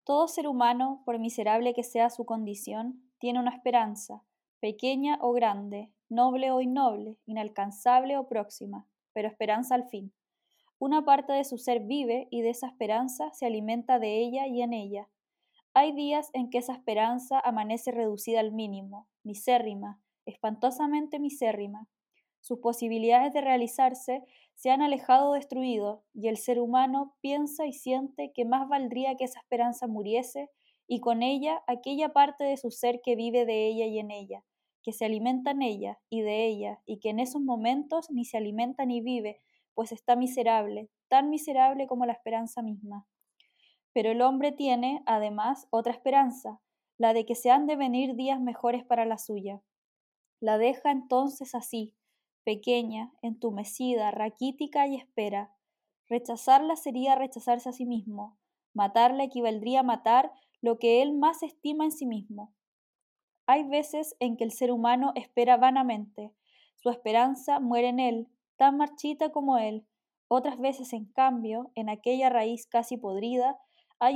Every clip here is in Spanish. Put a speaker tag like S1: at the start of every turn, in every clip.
S1: Todo ser humano, por miserable que sea su condición, tiene una esperanza, pequeña o grande, noble o innoble, inalcanzable o próxima, pero esperanza al fin. Una parte de su ser vive y de esa esperanza se alimenta de ella y en ella. Hay días en que esa esperanza amanece reducida al mínimo, misérrima, espantosamente misérrima. Sus posibilidades de realizarse se han alejado o destruido, y el ser humano piensa y siente que más valdría que esa esperanza muriese, y con ella aquella parte de su ser que vive de ella y en ella, que se alimenta en ella y de ella, y que en esos momentos ni se alimenta ni vive, pues está miserable, tan miserable como la esperanza misma. Pero el hombre tiene, además, otra esperanza, la de que se han de venir días mejores para la suya. La deja entonces así, pequeña, entumecida, raquítica y espera. Rechazarla sería rechazarse a sí mismo. Matarla equivaldría a matar lo que él más estima en sí mismo. Hay veces en que el ser humano espera vanamente. Su esperanza muere en él, tan marchita como él. Otras veces, en cambio, en aquella raíz casi podrida, hay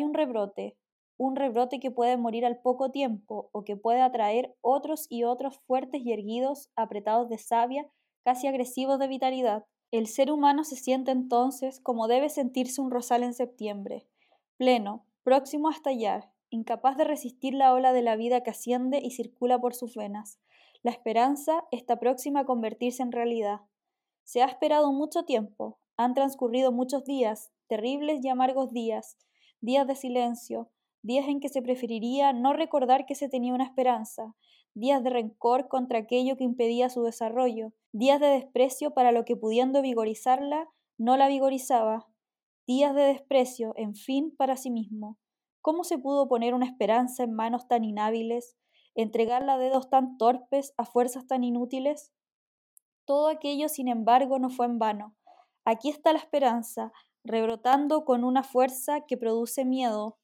S1: un rebrote que puede morir al poco tiempo o que puede atraer otros y otros fuertes y erguidos, apretados de savia, casi agresivos de vitalidad. El ser humano se siente entonces como debe sentirse un rosal en septiembre, pleno, próximo a estallar, incapaz de resistir la ola de la vida que asciende y circula por sus venas. La esperanza está próxima a convertirse en realidad. Se ha esperado mucho tiempo, han transcurrido muchos días, terribles y amargos días, días de silencio, días en que se preferiría no recordar que se tenía una esperanza, días de rencor contra aquello que impedía su desarrollo, días de desprecio para lo que pudiendo vigorizarla, no la vigorizaba, días de desprecio, en fin, para sí mismo. ¿Cómo se pudo poner una esperanza en manos tan inhábiles, entregarla a dedos tan torpes, a fuerzas tan inútiles? Todo aquello, sin embargo, no fue en vano. Aquí está la esperanza, rebrotando con una fuerza que produce miedo,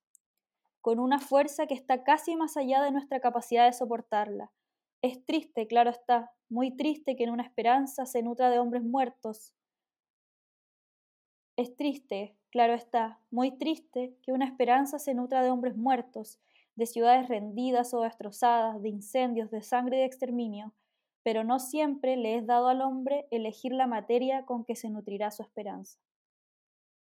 S1: con una fuerza que está casi más allá de nuestra capacidad de soportarla. Es triste, claro está, muy triste que en una esperanza se nutra de hombres muertos. Es triste, claro está, muy triste que una esperanza se nutra de hombres muertos, de ciudades rendidas o destrozadas, de incendios, de sangre y de exterminio, pero no siempre le es dado al hombre elegir la materia con que se nutrirá su esperanza.